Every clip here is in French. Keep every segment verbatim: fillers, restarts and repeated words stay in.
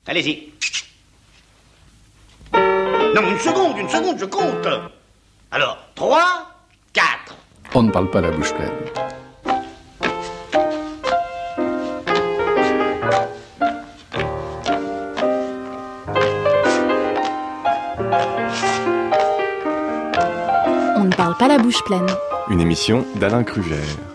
Allez-y. Non, une seconde, une seconde, je compte. Alors, trois, quatre. On ne parle pas la bouche pleine. On ne parle pas la bouche pleine. Une émission d'Alain Krugère.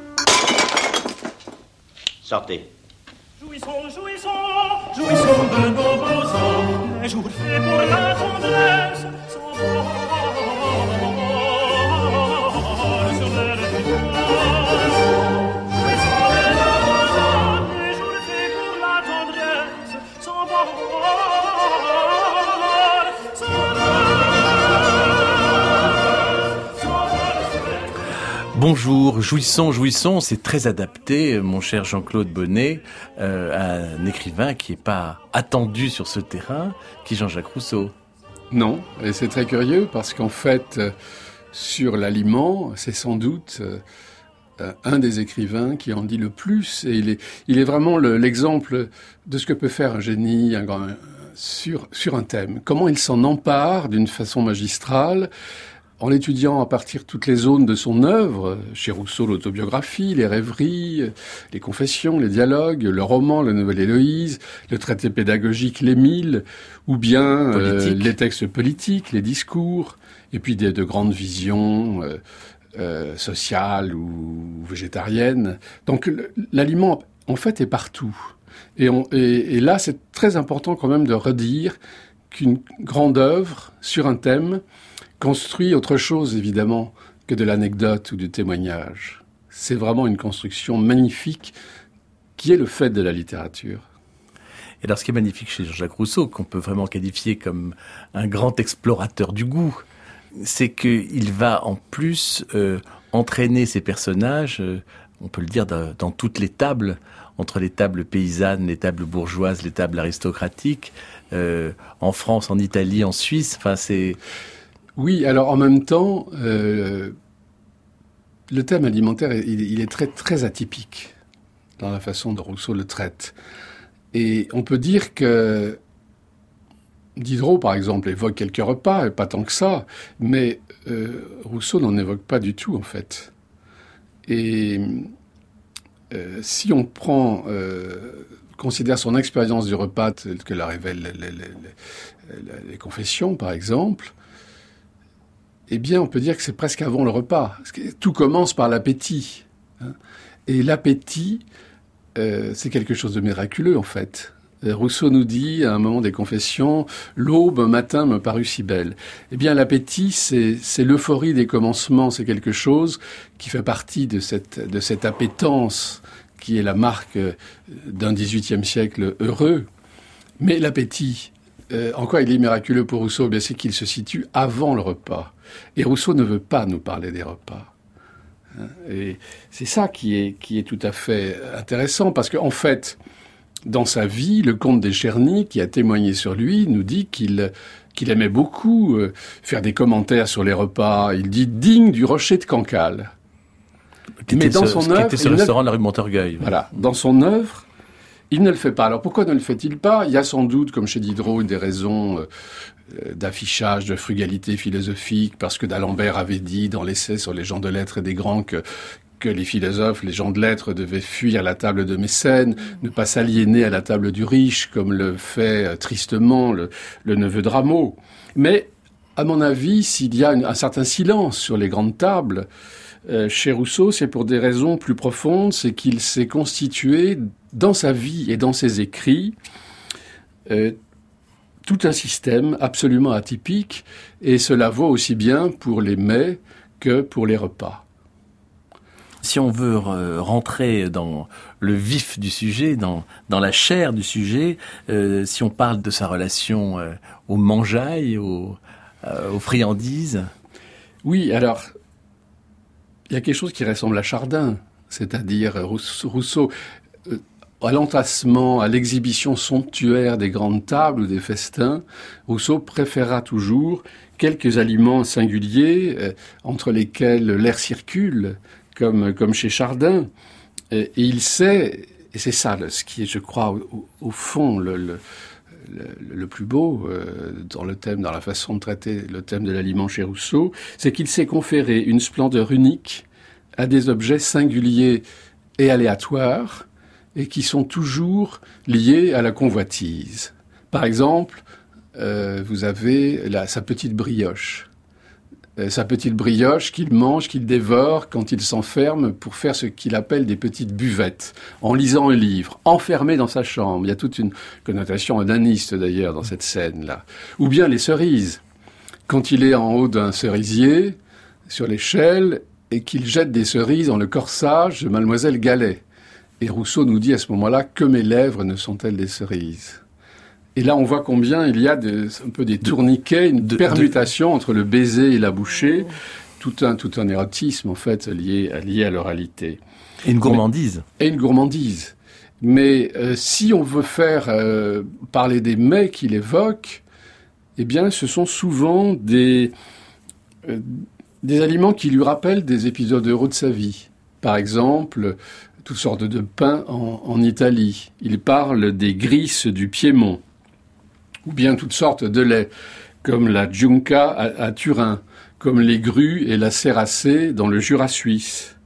Sortez. Jouissons, jouissons, jouissons de nos beaux ans, les jours faits pour la tendresse, sans voir sur l'air du Jouissons de nos beaux ans, les jours faits pour la tendresse, sans voir, sans Bonjour, jouissons, jouissons, c'est très adapté, mon cher Jean-Claude Bonnet, euh, à un écrivain qui n'est pas attendu sur ce terrain, qui est Jean-Jacques Rousseau. Non, et c'est très curieux parce qu'en fait, euh, sur l'aliment, c'est sans doute euh, un des écrivains qui en dit le plus, et il est, il est vraiment le, l'exemple de ce que peut faire un génie un grand, sur, sur un thème. Comment il s'en empare d'une façon magistrale, en étudiant à partir toutes les zones de son œuvre, chez Rousseau l'autobiographie, les rêveries, les confessions, les dialogues, le roman, la nouvelle Héloïse, le traité pédagogique l'Émile, ou bien euh, les textes politiques, les discours, et puis des, de grandes visions euh, euh, sociales ou végétariennes. Donc l'aliment, en fait, est partout. Et, on, et, et là, c'est très important quand même de redire qu'une grande œuvre sur un thème construit autre chose, évidemment, que de l'anecdote ou du témoignage. C'est vraiment une construction magnifique qui est le fait de la littérature. Et alors, ce qui est magnifique chez Jean-Jacques Rousseau, qu'on peut vraiment qualifier comme un grand explorateur du goût, c'est qu'il va en plus euh, entraîner ses personnages, euh, on peut le dire, dans, dans toutes les tables, entre les tables paysannes, les tables bourgeoises, les tables aristocratiques, euh, en France, en Italie, en Suisse, enfin c'est... Oui, alors en même temps, euh, le thème alimentaire, il, il est très très atypique dans la façon dont Rousseau le traite. Et on peut dire que Diderot, par exemple, évoque quelques repas, et pas tant que ça, mais euh, Rousseau n'en évoque pas du tout, en fait. Et euh, si on prend, euh, considère son expérience du repas, telle que la révèlent les, les, les, les confessions, par exemple, eh bien, on peut dire que c'est presque avant le repas. Tout commence par l'appétit. Et l'appétit, euh, c'est quelque chose de miraculeux, en fait. Rousseau nous dit, à un moment des confessions, « L'aube, un matin, me parut si belle ». Eh bien, l'appétit, c'est, c'est l'euphorie des commencements. C'est quelque chose qui fait partie de cette, de cette appétence qui est la marque d'un dix-huitième siècle heureux. Mais l'appétit, euh, en quoi il est miraculeux pour Rousseau ? Eh bien, c'est qu'il se situe avant le repas. Et Rousseau ne veut pas nous parler des repas. Et c'est ça qui est, qui est tout à fait intéressant, parce qu'en fait, dans sa vie, le comte d'Echerny, qui a témoigné sur lui, nous dit qu'il, qu'il aimait beaucoup faire des commentaires sur les repas. Il dit « digne du rocher de Cancale ». Mais dans ce, son œuvre, qui était ce restaurant de la rue Montorgueil. Voilà, dans son œuvre, il ne le fait pas. Alors pourquoi ne le fait-il pas ? Il y a sans doute, comme chez Diderot, des raisons euh, d'affichage, de frugalité philosophique, parce que d'Alembert avait dit dans l'essai sur les gens de lettres et des grands que, que les philosophes, les gens de lettres devaient fuir la table de Mécène, ne pas s'aliéner à la table du riche, comme le fait euh, tristement le, le neveu de Rameau. Mais, à mon avis, s'il y a une, un certain silence sur les grandes tables, euh, chez Rousseau, c'est pour des raisons plus profondes, c'est qu'il s'est constitué dans sa vie et dans ses écrits, euh, tout un système absolument atypique, et cela vaut aussi bien pour les mets que pour les repas. Si on veut euh, rentrer dans le vif du sujet, dans, dans la chair du sujet, euh, si on parle de sa relation euh, aux mangeailles, aux, euh, aux friandises... Oui, alors, il y a quelque chose qui ressemble à Chardin, c'est-à-dire Rousseau... Rousseau euh, à l'entassement, à l'exhibition somptuaire des grandes tables ou des festins, Rousseau préférera toujours quelques aliments singuliers euh, entre lesquels l'air circule, comme, comme chez Chardin. Et, et il sait, et c'est ça ce qui est, je crois, au, au fond, le, le, le, le plus beau euh, dans le thème, dans la façon de traiter le thème de l'aliment chez Rousseau, c'est qu'il sait conférer une splendeur unique à des objets singuliers et aléatoires et qui sont toujours liés à la convoitise. Par exemple, euh, vous avez la, sa petite brioche. Euh, sa petite brioche qu'il mange, qu'il dévore quand il s'enferme pour faire ce qu'il appelle des petites buvettes, en lisant un livre, enfermé dans sa chambre. Il y a toute une connotation onaniste d'ailleurs dans cette scène-là. Ou bien les cerises. Quand il est en haut d'un cerisier, sur l'échelle, et qu'il jette des cerises dans le corsage de Mademoiselle Gallet. Et Rousseau nous dit à ce moment-là que mes lèvres ne sont-elles des cerises. Et là, on voit combien il y a de, un peu des tourniquets, une de, permutation de... entre le baiser et la bouchée, tout un, tout un érotisme, en fait, lié, lié à l'oralité. Et une gourmandise. Mais, et une gourmandise. Mais euh, si on veut faire euh, parler des mets qu'il évoque, eh bien, ce sont souvent des, euh, des aliments qui lui rappellent des épisodes heureux de sa vie. Par exemple, toutes sortes de pains en, en Italie. Il parle des grisses du Piémont, ou bien toutes sortes de laits, comme la giunca à, à Turin, comme les grues et la céracée dans le Jura suisse.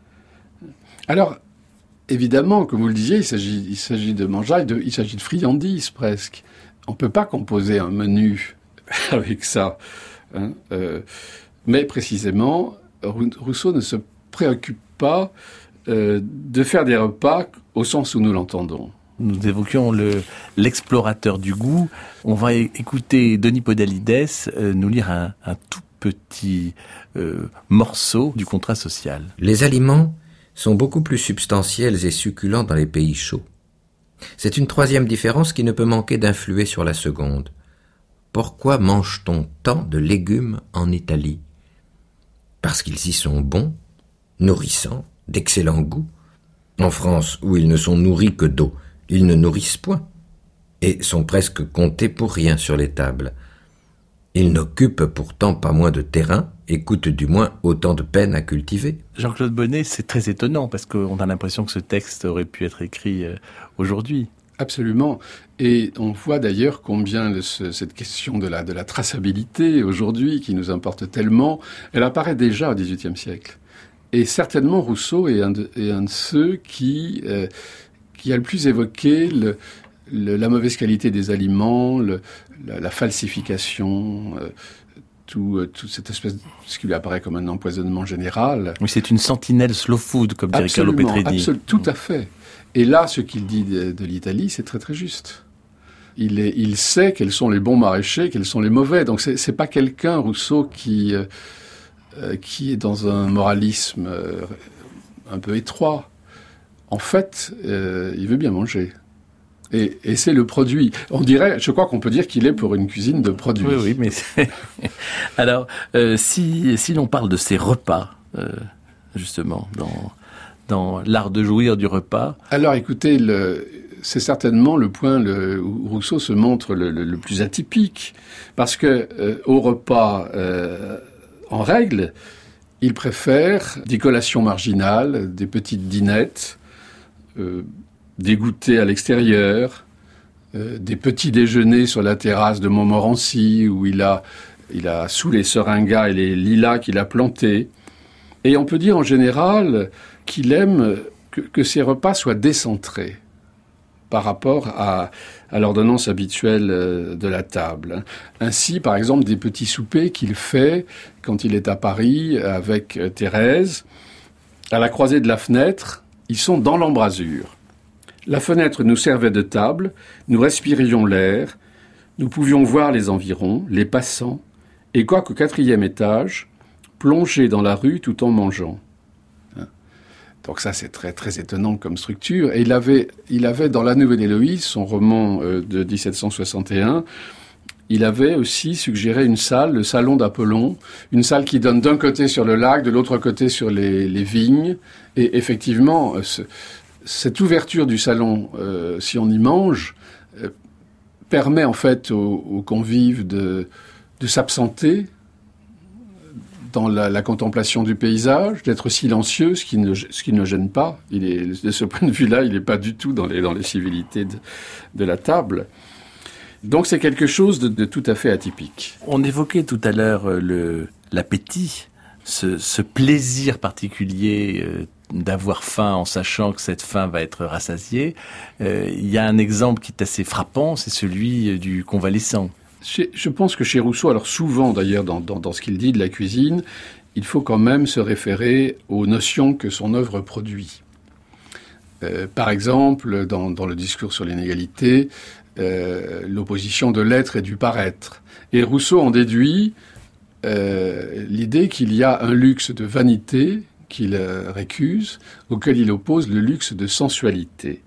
Alors, évidemment, comme vous le disiez, il s'agit, il s'agit de mangeailles, de, il s'agit de friandises presque. On ne peut pas composer un menu avec ça. Hein, euh, mais précisément, Rousseau ne se préoccupe pas euh, de faire des repas au sens où nous l'entendons. Nous évoquions le, l'explorateur du goût. On va écouter Denis Podalides euh, nous lire un, un tout petit euh, morceau du contrat social. Les aliments sont beaucoup plus substantiels et succulents dans les pays chauds. C'est une troisième différence qui ne peut manquer d'influer sur la seconde. Pourquoi mange-t-on tant de légumes en Italie ? Parce qu'ils y sont bons, nourrissants, d'excellent goût. En France, où ils ne sont nourris que d'eau, ils ne nourrissent point, et sont presque comptés pour rien sur les tables. Ils n'occupent pourtant pas moins de terrain, et coûtent du moins autant de peine à cultiver. Jean-Claude Bonnet, c'est très étonnant, parce qu'on a l'impression que ce texte aurait pu être écrit euh, aujourd'hui. Absolument. Et on voit d'ailleurs combien le, ce, cette question de la, de la traçabilité aujourd'hui, qui nous importe tellement, elle apparaît déjà au dix-huitième siècle. Et certainement Rousseau est un de, est un de ceux qui, euh, qui a le plus évoqué le, le, la mauvaise qualité des aliments, le, la, la falsification, euh, tout, euh, toute cette espèce de, ce qui lui apparaît comme un empoisonnement général. Oui, c'est une sentinelle slow food, comme dirait Carlo Petrini. Absolument, tout à fait. Et là, ce qu'il dit de, de l'Italie, c'est très très juste. Il, est, il sait quels sont les bons maraîchers, quels sont les mauvais. Donc c'est, c'est pas quelqu'un, Rousseau, qui, euh, qui est dans un moralisme euh, un peu étroit. En fait, euh, il veut bien manger. Et, et c'est le produit. On dirait, je crois qu'on peut dire qu'il est pour une cuisine de produits. Oui, oui, mais c'est... Alors, euh, si, si l'on parle de ces repas, euh, justement, dans... dans l'art de jouir du repas. Alors écoutez, le, c'est certainement le point le, où Rousseau se montre le, le, le plus atypique, parce que euh, au repas, euh, en règle, il préfère des collations marginales, des petites dînettes, euh, des goûters à l'extérieur, euh, des petits déjeuners sur la terrasse de Montmorency, où il a, il a sous les seringas et les lilas qu'il a plantés. Et on peut dire en général qu'il aime que, que ces repas soient décentrés par rapport à, à l'ordonnance habituelle de la table. Ainsi, par exemple, des petits soupers qu'il fait quand il est à Paris avec Thérèse, à la croisée de la fenêtre, ils sont dans l'embrasure. La fenêtre nous servait de table, nous respirions l'air, nous pouvions voir les environs, les passants, et quoiqu'au quatrième étage, plonger dans la rue tout en mangeant. Donc ça, c'est très, très étonnant comme structure. Et il avait, il avait dans La Nouvelle-Héloïse, son roman euh, de dix-sept cent soixante et un, il avait aussi suggéré une salle, le salon d'Apollon, une salle qui donne d'un côté sur le lac, de l'autre côté sur les, les vignes. Et effectivement, ce, cette ouverture du salon, euh, si on y mange, euh, permet en fait aux, aux convives de, de s'absenter dans la, la contemplation du paysage, d'être silencieux, ce qui ne, ce qui ne gêne pas. Il est, de ce point de vue-là, il n'est pas du tout dans les, dans les civilités de, de la table. Donc c'est quelque chose de, de tout à fait atypique. On évoquait tout à l'heure euh, le l'appétit, ce, ce plaisir particulier euh, d'avoir faim en sachant que cette faim va être rassasiée. Euh, il y a un exemple qui est assez frappant, c'est celui du convalescent. Chez, je pense que chez Rousseau, alors souvent d'ailleurs dans, dans, dans ce qu'il dit de la cuisine, il faut quand même se référer aux notions que son œuvre produit. Euh, par exemple, dans, dans le discours sur l'inégalité, euh, l'opposition de l'être et du paraître. Et Rousseau en déduit euh, l'idée qu'il y a un luxe de vanité qu'il euh, récuse, auquel il oppose le luxe de sensualité.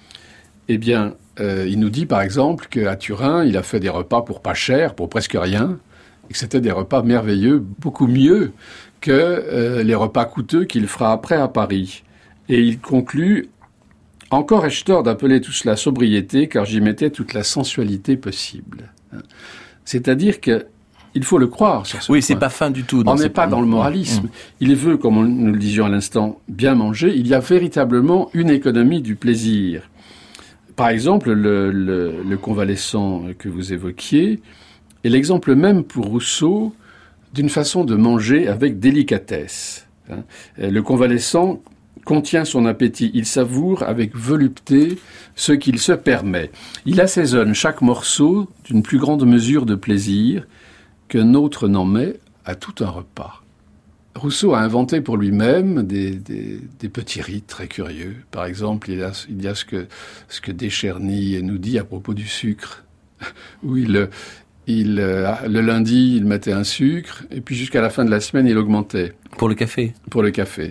Eh bien, euh, il nous dit par exemple qu'à Turin, il a fait des repas pour pas cher, pour presque rien, et que c'était des repas merveilleux, beaucoup mieux que euh, les repas coûteux qu'il fera après à Paris. Et il conclut « Encore ai-je tort d'appeler tout cela sobriété, car j'y mettais toute la sensualité possible. » C'est-à-dire que il faut le croire sur ce Oui, point. c'est pas fin du tout. On n'est pas dans le moralisme. Mmh. Il veut, comme nous le disions à l'instant, bien manger. Il y a véritablement une économie du plaisir. Par exemple, le, le, le convalescent que vous évoquiez est l'exemple même pour Rousseau d'une façon de manger avec délicatesse. Le convalescent contient son appétit, il savoure avec volupté ce qu'il se permet. Il assaisonne chaque morceau d'une plus grande mesure de plaisir qu'un autre n'en met à tout un repas. Rousseau a inventé pour lui-même des, des, des petits rites très curieux. Par exemple, il y a, il y a ce que, ce que Deschernys nous dit à propos du sucre, où il, il, le lundi, il mettait un sucre, et puis jusqu'à la fin de la semaine, il augmentait. Pour le café. Pour le café.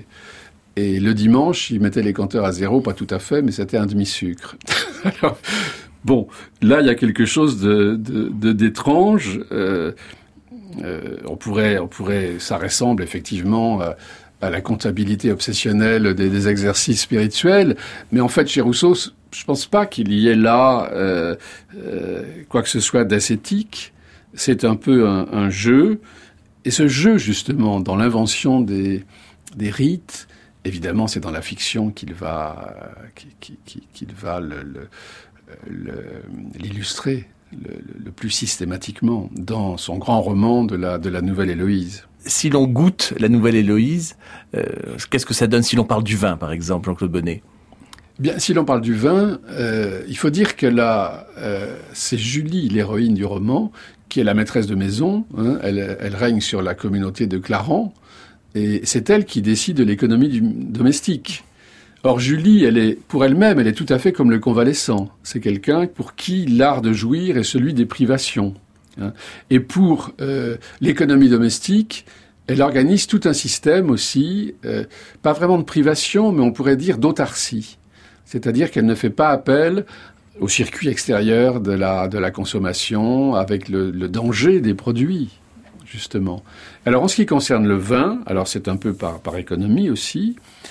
Et le dimanche, il mettait les compteurs à zéro, pas tout à fait, mais c'était un demi-sucre. Alors, bon, là, il y a quelque chose de, de, de d'étrange. Euh, euh, on pourrait, on pourrait, ça ressemble effectivement à, à la comptabilité obsessionnelle des, des exercices spirituels. Mais en fait, chez Rousseau, je pense pas qu'il y ait là euh, euh, quoi que ce soit d'ascétique. C'est un peu un, un jeu. Et ce jeu, justement, dans l'invention des, des rites, évidemment, c'est dans la fiction qu'il va, qu'il, qu'il, qu'il va le, le, le, l'illustrer le, le plus systématiquement dans son grand roman de la, de la Nouvelle Héloïse. Si l'on goûte la Nouvelle Héloïse, euh, qu'est-ce que ça donne si l'on parle du vin, par exemple, Jean-Claude Bonnet ? Bien, si l'on parle du vin, euh, il faut dire que là, euh, c'est Julie, l'héroïne du roman, qui est la maîtresse de maison. Hein, elle, elle règne sur la communauté de Clarens. Et c'est elle qui décide de l'économie du domestique. Or, Julie, elle est, pour elle-même, elle est tout à fait comme le convalescent. C'est quelqu'un pour qui l'art de jouir est celui des privations. Hein. Et pour euh, l'économie domestique, elle organise tout un système aussi, euh, pas vraiment de privation, mais on pourrait dire d'autarcie. C'est-à-dire qu'elle ne fait pas appel au circuit extérieur de la, de la consommation avec le, le danger des produits. Justement. Alors, en ce qui concerne le vin, alors c'est un peu par, par économie aussi,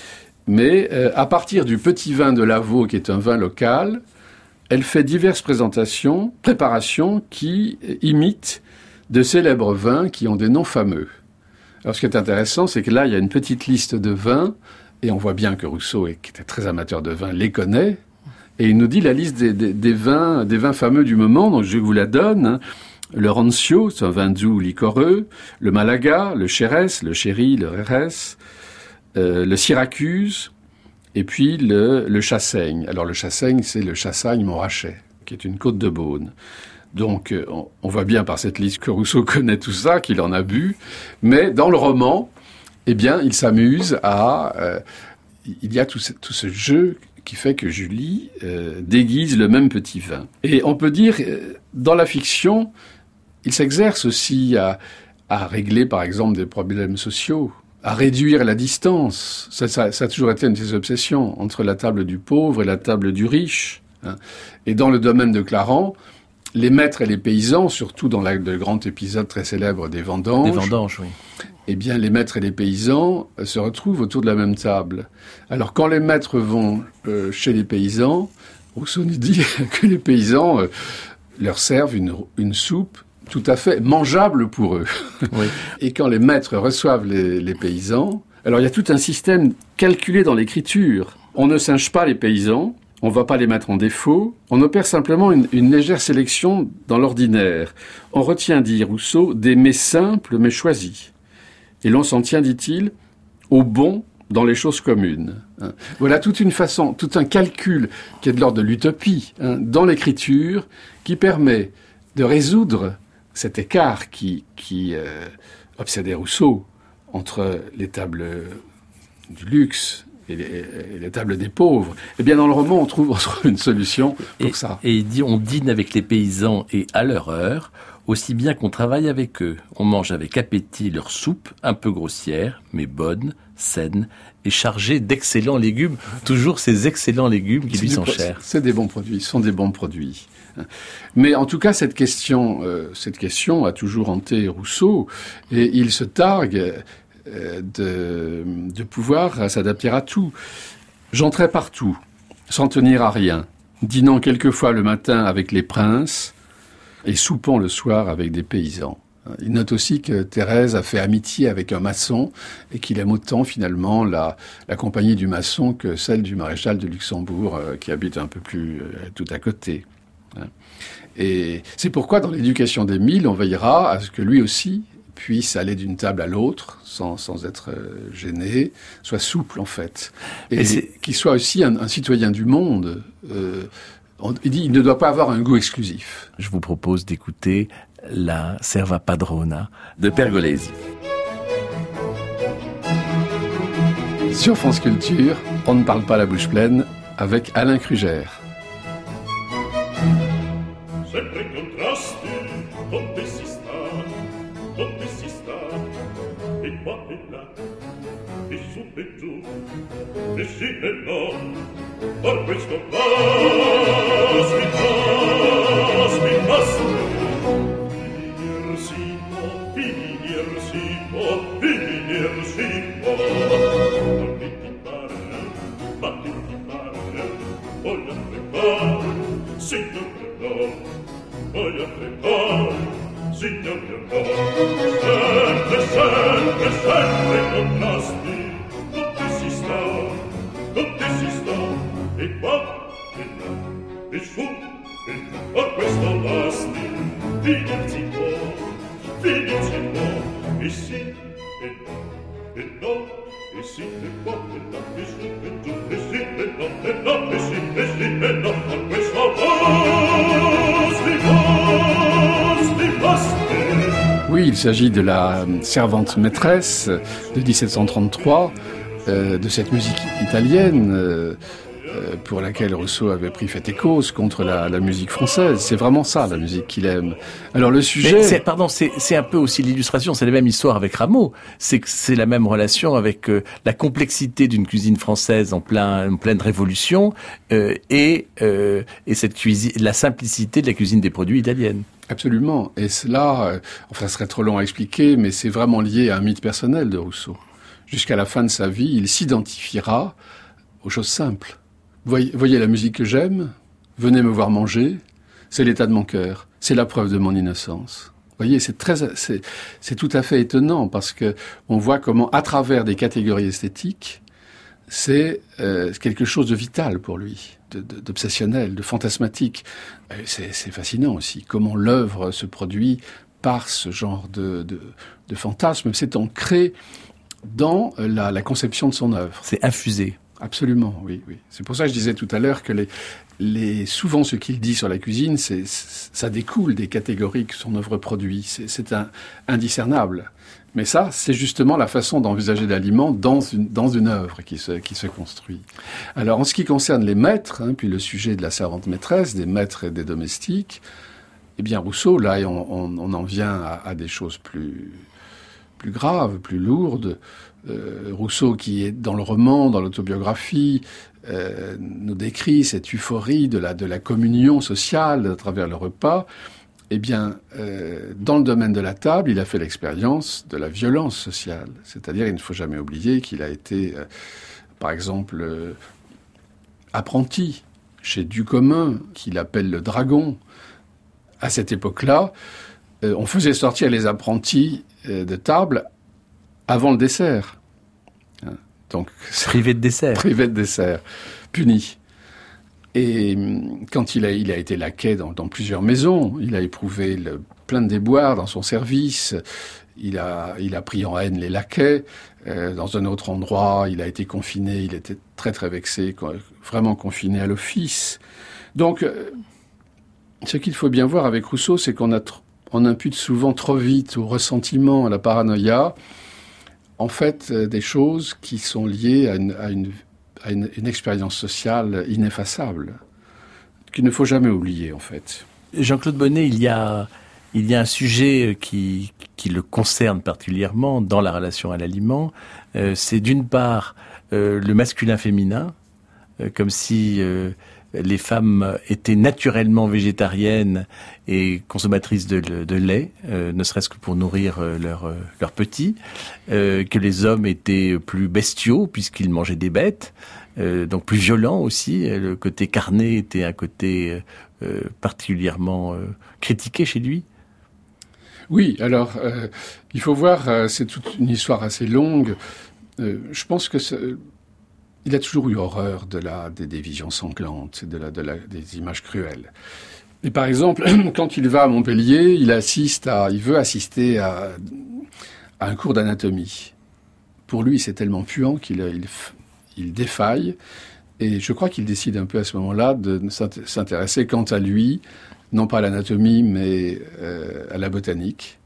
mais euh, à partir du petit vin de Lavaux, qui est un vin local, elle fait diverses présentations, préparations qui imitent de célèbres vins qui ont des noms fameux. Alors, ce qui est intéressant, c'est que là, il y a une petite liste de vins, et on voit bien que Rousseau, qui était très amateur de vin, les connaît, et il nous dit la liste des, des, des, vins, des vins fameux du moment, donc je vous la donne, hein. Le Rancio, c'est un vin doux liquoreux, le Malaga, le Xérès, le Sherry, le Rérès, euh, le Syracuse, et puis le, le Chassaigne. Alors le Chassaigne, c'est le Chassagne-Montrachet, qui est une côte de Beaune. Donc on, on voit bien par cette liste que Rousseau connaît tout ça, qu'il en a bu, mais dans le roman, eh bien, il s'amuse à... Euh, il y a tout ce, tout ce jeu qui fait que Julie euh, déguise le même petit vin. Et on peut dire, euh, dans la fiction, il s'exerce aussi à, à régler, par exemple, des problèmes sociaux, à réduire la distance. Ça, ça, ça a toujours été une de ses obsessions, entre la table du pauvre et la table du riche. Hein. Et dans le domaine de Clarens, les maîtres et les paysans, surtout dans la, le grand épisode très célèbre des vendanges, des vendanges, oui. Eh bien, les maîtres et les paysans euh, se retrouvent autour de la même table. Alors, quand les maîtres vont euh, chez les paysans, Rousseau nous dit que les paysans euh, leur servent une, une soupe tout à fait mangeable pour eux. Oui. Et quand les maîtres reçoivent les, les paysans, alors il y a tout un système calculé dans l'écriture. On ne singe pas les paysans, On ne va pas les mettre en défaut. On opère simplement une, une légère sélection dans l'ordinaire. On retient, dit Rousseau, des mets simples mais choisis. Et l'on s'en tient, dit-il, au bon dans les choses communes. Hein. Voilà toute une façon, tout un calcul qui est de l'ordre de l'utopie, hein, dans l'écriture, qui permet de résoudre cet écart qui, qui euh, obsédait Rousseau entre les tables du luxe et les, et les tables des pauvres. Eh bien, dans le roman, on trouve, on trouve une solution pour et, ça. Et il dit, on dîne avec les paysans et à leur heure, aussi bien qu'on travaille avec eux. On mange avec appétit leur soupe, un peu grossière, mais bonne, saine, et chargée d'excellents légumes. Toujours ces excellents légumes qui lui sont chers. C'est des bons produits, ce sont des bons produits. Mais en tout cas, cette question, euh, cette question a toujours hanté Rousseau, et il se targue euh, de, de pouvoir s'adapter à tout. J'entrais partout, sans tenir à rien, dînant quelquefois le matin avec les princes, et soupant le soir avec des paysans. Il note aussi que Thérèse a fait amitié avec un maçon et qu'il aime autant finalement la, la compagnie du maçon que celle du maréchal de Luxembourg euh, qui habite un peu plus euh, tout à côté. Et c'est pourquoi dans l'éducation d'Émile, on veillera à ce que lui aussi puisse aller d'une table à l'autre sans, sans être euh, gêné, soit souple en fait. Et, et qu'il soit aussi un, un citoyen du monde. Euh, On, il dit il ne doit pas avoir un goût exclusif. Je vous propose d'écouter la Serva Padrona de Pergolesi. Sur France Culture, on ne parle pas la bouche pleine avec Alain Krugère. Sempre contrasti, tutti si sta, tutti si sta, e qua e là, e su e giù, e sì e no. Per questo basti, basti, basti. Finir si può, finir si può, finir si può. Non ti pare, ma ti pare, voglio trepare, signor no, voglio trepare, signor no. Sempre, sempre, sempre contrasti, tutti si sta, tutti si sta. E qua, e là, e su, e giù, per questo basti, finir si può, finir si può, e sì, e no, e no, e sì, e qua, e là, e su, e giù, e sì, e no, e no, e sì, e sì, e no, per questo basti, basti, basti. Oui, il s'agit de la Servante maîtresse de dix-sept cent trente-trois, euh, de cette musique italienne, euh, pour laquelle Rousseau avait pris fait et cause contre la, la musique française. C'est vraiment ça, la musique qu'il aime. Alors le sujet... C'est, pardon, c'est, c'est un peu aussi l'illustration, c'est la même histoire avec Rameau. C'est que c'est la même relation avec euh, la complexité d'une cuisine française en, plein, en pleine révolution euh, et, euh, et cette cuisine, la simplicité de la cuisine des produits italiennes. Absolument. Et cela, euh, enfin, ce serait trop long à expliquer, mais c'est vraiment lié à un mythe personnel de Rousseau. Jusqu'à la fin de sa vie, il s'identifiera aux choses simples. Voyez, voyez la musique que j'aime, venez me voir manger, c'est l'état de mon cœur, c'est la preuve de mon innocence. Voyez, c'est très, c'est, c'est tout à fait étonnant parce que on voit comment, à travers des catégories esthétiques, c'est euh, quelque chose de vital pour lui, de, de, d'obsessionnel, de fantasmatique. C'est, c'est fascinant aussi comment l'œuvre se produit par ce genre de, de, de fantasme. C'est ancré dans la, la conception de son œuvre. C'est infusé. Absolument, oui, oui. C'est pour ça que je disais tout à l'heure que les, les, souvent ce qu'il dit sur la cuisine, c'est, ça découle des catégories que son œuvre produit. C'est, c'est un, indiscernable. Mais ça, c'est justement la façon d'envisager l'aliment dans une, dans une œuvre qui se, qui se construit. Alors, en ce qui concerne les maîtres, hein, puis le sujet de la servante maîtresse, des maîtres et des domestiques, eh bien, Rousseau, là, on, on, on en vient à, à des choses plus, plus graves, plus lourdes. Euh, Rousseau, qui est dans le roman, dans l'autobiographie, euh, nous décrit cette euphorie de la, de la communion sociale à travers le repas. Eh bien, euh, dans le domaine de la table, il a fait l'expérience de la violence sociale. C'est-à-dire, il ne faut jamais oublier qu'il a été, euh, par exemple, euh, apprenti chez Ducommun, qu'il appelle le dragon. À cette époque-là, euh, on faisait sortir les apprentis euh, de table avant le dessert. Donc, privé de dessert. Privé de dessert. Puni. Et quand il a, il a été laquais dans, dans plusieurs maisons, il a éprouvé le, plein de déboires dans son service, il a, il a pris en haine les laquais. Euh, dans un autre endroit, il a été confiné, il était très très vexé, vraiment confiné à l'office. Donc, euh, ce qu'il faut bien voir avec Rousseau, c'est qu'on a tr- on impute souvent trop vite au ressentiment, à la paranoïa, en fait, euh, des choses qui sont liées à une, à une, à une, une expérience sociale ineffaçable, qu'il ne faut jamais oublier, en fait. Jean-Claude Bonnet, il y a, il y a un sujet qui, qui le concerne particulièrement dans la relation à l'aliment. Euh, c'est d'une part euh, le masculin-féminin, euh, comme si euh, les femmes étaient naturellement végétariennes et consommatrices de, de lait, euh, ne serait-ce que pour nourrir euh, leurs leur petits, euh, que les hommes étaient plus bestiaux puisqu'ils mangeaient des bêtes, euh, donc plus violents aussi. Le côté carné était un côté euh, particulièrement euh, critiqué chez lui. Oui, alors, euh, il faut voir, euh, c'est toute une histoire assez longue. Euh, je pense que il a toujours eu horreur de la, des, des visions sanglantes, de la, de la, des images cruelles. Et par exemple, quand il va à Montpellier, il assiste à, il veut assister à, à un cours d'anatomie. Pour lui, c'est tellement puant qu'il il, il défaille. Et je crois qu'il décide un peu à ce moment-là de s'intéresser, quant à lui, non pas à l'anatomie, mais euh, à la botanique.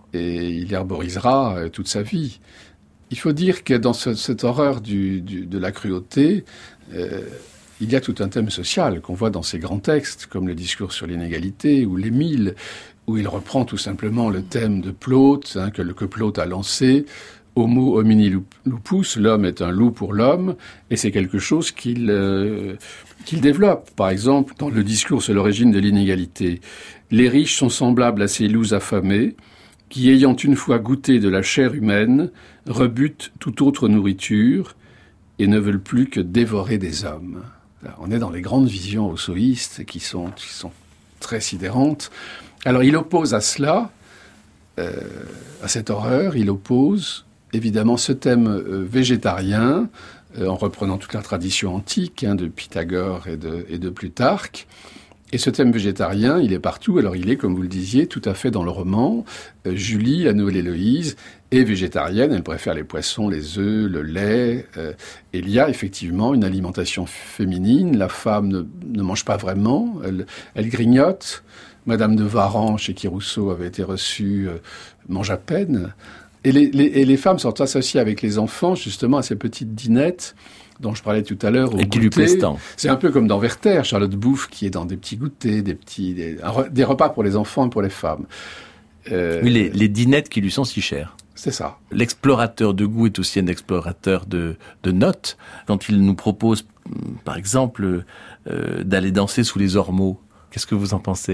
Et il herborisera euh, toute sa vie. Il faut dire que dans ce, cette horreur du, du, de la cruauté, euh, il y a tout un thème social qu'on voit dans ces grands textes, comme le discours sur l'inégalité ou l'Émile, où il reprend tout simplement le thème de Plaute, hein, que, que Plaute a lancé, Homo homini lupus, l'homme est un loup pour l'homme, et c'est quelque chose qu'il, euh, qu'il développe. Par exemple, dans le discours sur l'origine de l'inégalité, les riches sont semblables à ces loups affamés, qui, ayant une fois goûté de la chair humaine, rebutent toute autre nourriture et ne veulent plus que dévorer des hommes. Là, on est dans les grandes visions rousseauistes qui sont, qui sont très sidérantes. Alors il oppose à cela, euh, à cette horreur, il oppose évidemment ce thème euh, végétarien, euh, en reprenant toute la tradition antique, hein, de Pythagore et de, et de Plutarque. Et ce thème végétarien, il est partout. Alors il est, comme vous le disiez, tout à fait dans le roman. Euh, Julie, la nouvelle Héloïse, est végétarienne. Elle préfère les poissons, les œufs, le lait. Euh, il y a effectivement une alimentation féminine. La femme ne, ne mange pas vraiment. Elle, elle grignote. Madame de Varan, chez qui Rousseau avait été reçu, euh, mange à peine. Et les, les, et les femmes sont associées avec les enfants, justement, à ces petites dînettes dont je parlais tout à l'heure. Et qui lui plaisent tant. C'est un peu comme dans Werther, Charlotte Bouffe, qui est dans des petits goûters, des petits, des, des repas pour les enfants et pour les femmes. Euh, oui, les, les dînettes qui lui sont si chères. C'est ça. L'explorateur de goût est aussi un explorateur de, de notes. Quand il nous propose, par exemple, euh, d'aller danser sous les ormeaux, qu'est-ce que vous en pensez ?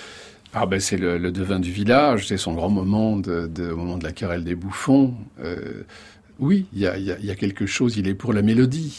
Ah ben c'est le, le devin du village, c'est son grand moment, de, de, au moment de la querelle des bouffons. Euh, oui, il y a, y, a, y a quelque chose, il est pour la mélodie.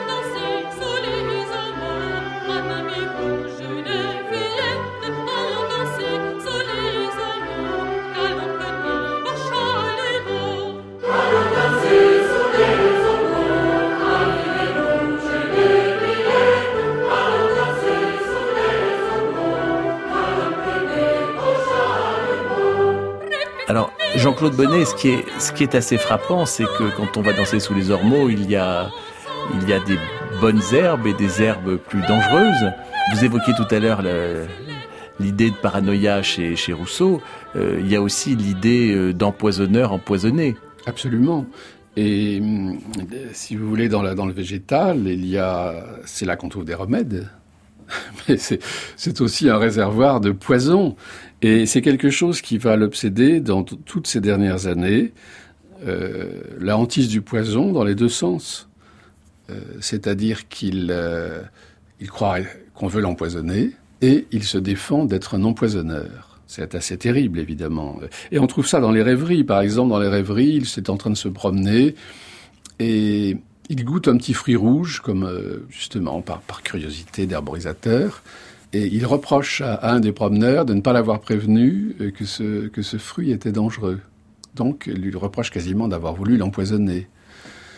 Alors, Jean-Claude Bonnet, ce qui est, ce qui est assez frappant, c'est que quand on va danser sous les ormeaux, il y a, il y a des bonnes herbes et des herbes plus dangereuses. Vous évoquiez tout à l'heure le, l'idée de paranoïa chez, chez Rousseau. Euh, il y a aussi l'idée d'empoisonneur empoisonné. Absolument. Et si vous voulez, dans, la, dans le végétal, il y a, c'est là qu'on trouve des remèdes. Mais c'est, c'est aussi un réservoir de poison. Et c'est quelque chose qui va l'obséder dans t- toutes ces dernières années. Euh, la hantise du poison dans les deux sens. Euh, c'est-à-dire qu'il euh, il croit qu'on veut l'empoisonner et il se défend d'être un empoisonneur. C'est assez terrible, évidemment. Et on trouve ça dans les rêveries. Par exemple, dans les rêveries, il est en train de se promener et il goûte un petit fruit rouge, comme euh, justement par, par curiosité d'herborisateur. Et il reproche à, à un des promeneurs de ne pas l'avoir prévenu euh, que, ce, que ce fruit était dangereux. Donc, il lui reproche quasiment d'avoir voulu l'empoisonner.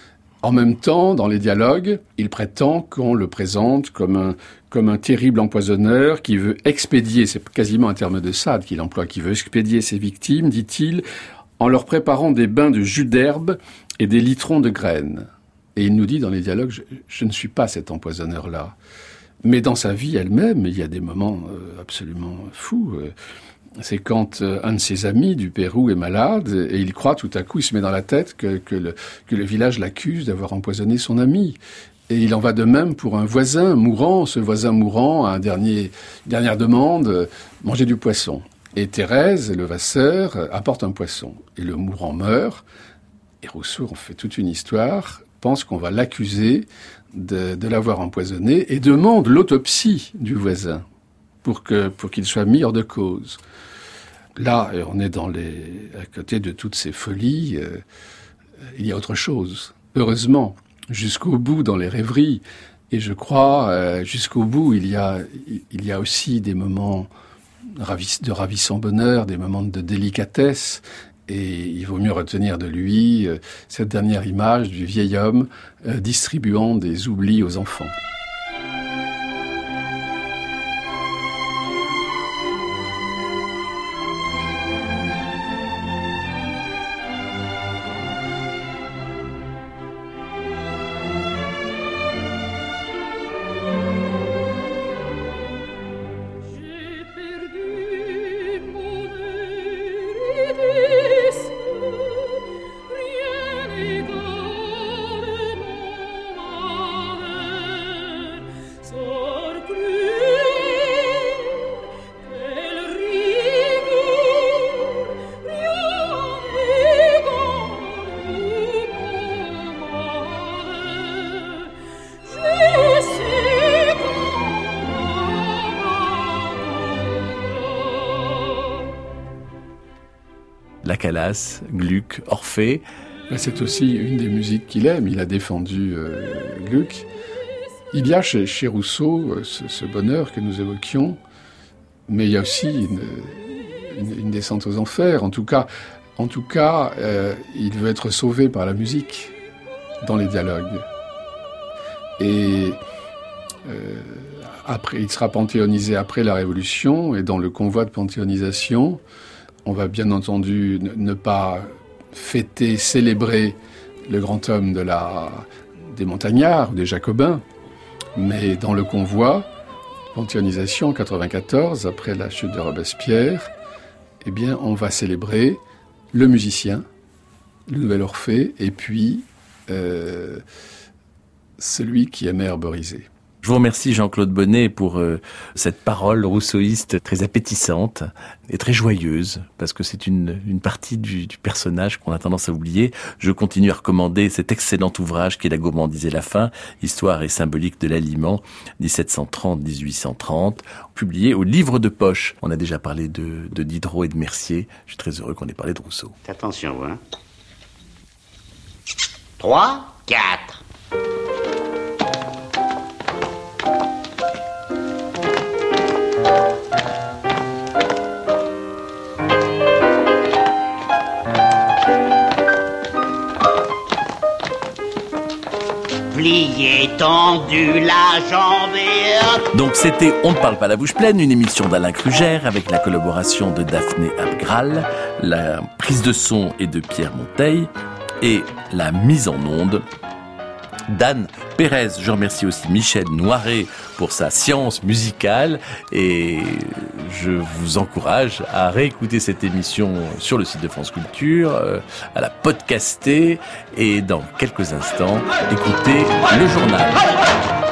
En même temps, dans les dialogues, il prétend qu'on le présente comme un, comme un terrible empoisonneur qui veut expédier, c'est quasiment un terme de Sade qu'il emploie, qui veut expédier ses victimes, dit-il, en leur préparant des bains de jus d'herbe et des litrons de graines. Et il nous dit dans les dialogues, je, je ne suis pas cet empoisonneur-là. Mais dans sa vie elle-même, il y a des moments euh, absolument fous. C'est quand euh, un de ses amis du Pérou est malade et il croit tout à coup, il se met dans la tête que, que, le, que le village l'accuse d'avoir empoisonné son ami. Et il en va de même pour un voisin mourant. Ce voisin mourant a un dernier, dernière demande, euh, manger du poisson. Et Thérèse, le levasseur, euh, apporte un poisson. Et le mourant meurt. Et Rousseau en fait toute une histoire, pense qu'on va l'accuser de, de l'avoir empoisonné et demande l'autopsie du voisin pour que, pour qu'il soit mis hors de cause. Là, on est dans les, à côté de toutes ces folies, euh, il y a autre chose. Heureusement, jusqu'au bout dans les rêveries, et je crois, euh, jusqu'au bout, il y a, il y a aussi des moments ravis, de ravissant bonheur, des moments de délicatesse, et il vaut mieux retenir de lui euh, cette dernière image du vieil homme euh, distribuant des oublis aux enfants. La Calas, Gluck, Orphée. C'est aussi une des musiques qu'il aime. Il a défendu euh, Gluck. Il y a chez, chez Rousseau ce, ce bonheur que nous évoquions, mais il y a aussi une, une, une descente aux enfers. En tout cas, en tout cas euh, il veut être sauvé par la musique dans les dialogues. Et euh, après, il sera panthéonisé après la Révolution, et dans le convoi de panthéonisation, on va bien entendu ne pas fêter, célébrer le grand homme de la, des montagnards, des jacobins, mais dans le convoi, panthéonisation en quatre-vingt-quatorze, après la chute de Robespierre, eh bien, on va célébrer le musicien, le nouvel Orphée, et puis euh, celui qui aimait herboriser. Je vous remercie Jean-Claude Bonnet pour euh, cette parole rousseauiste très appétissante et très joyeuse, parce que c'est une, une partie du, du personnage qu'on a tendance à oublier. Je continue à recommander cet excellent ouvrage qui est La gourmandise et la faim, histoire et symbolique de l'aliment, dix-sept cent trente à dix-huit cent trente, publié au Livre de Poche. On a déjà parlé de, de Diderot et de Mercier. Je suis très heureux qu'on ait parlé de Rousseau. Attention, hein. Trois, quatre. Plié, tendu, la jambe et... Donc c'était On ne parle pas la bouche pleine, une émission d'Alain Krugère avec la collaboration de Daphné Abgral, la prise de son est de Pierre Monteil et la mise en onde d'Anne Pérez. Je remercie aussi Michel Noiret pour sa science musicale et je vous encourage à réécouter cette émission sur le site de France Culture, à la podcaster et dans quelques instants, écouter le journal.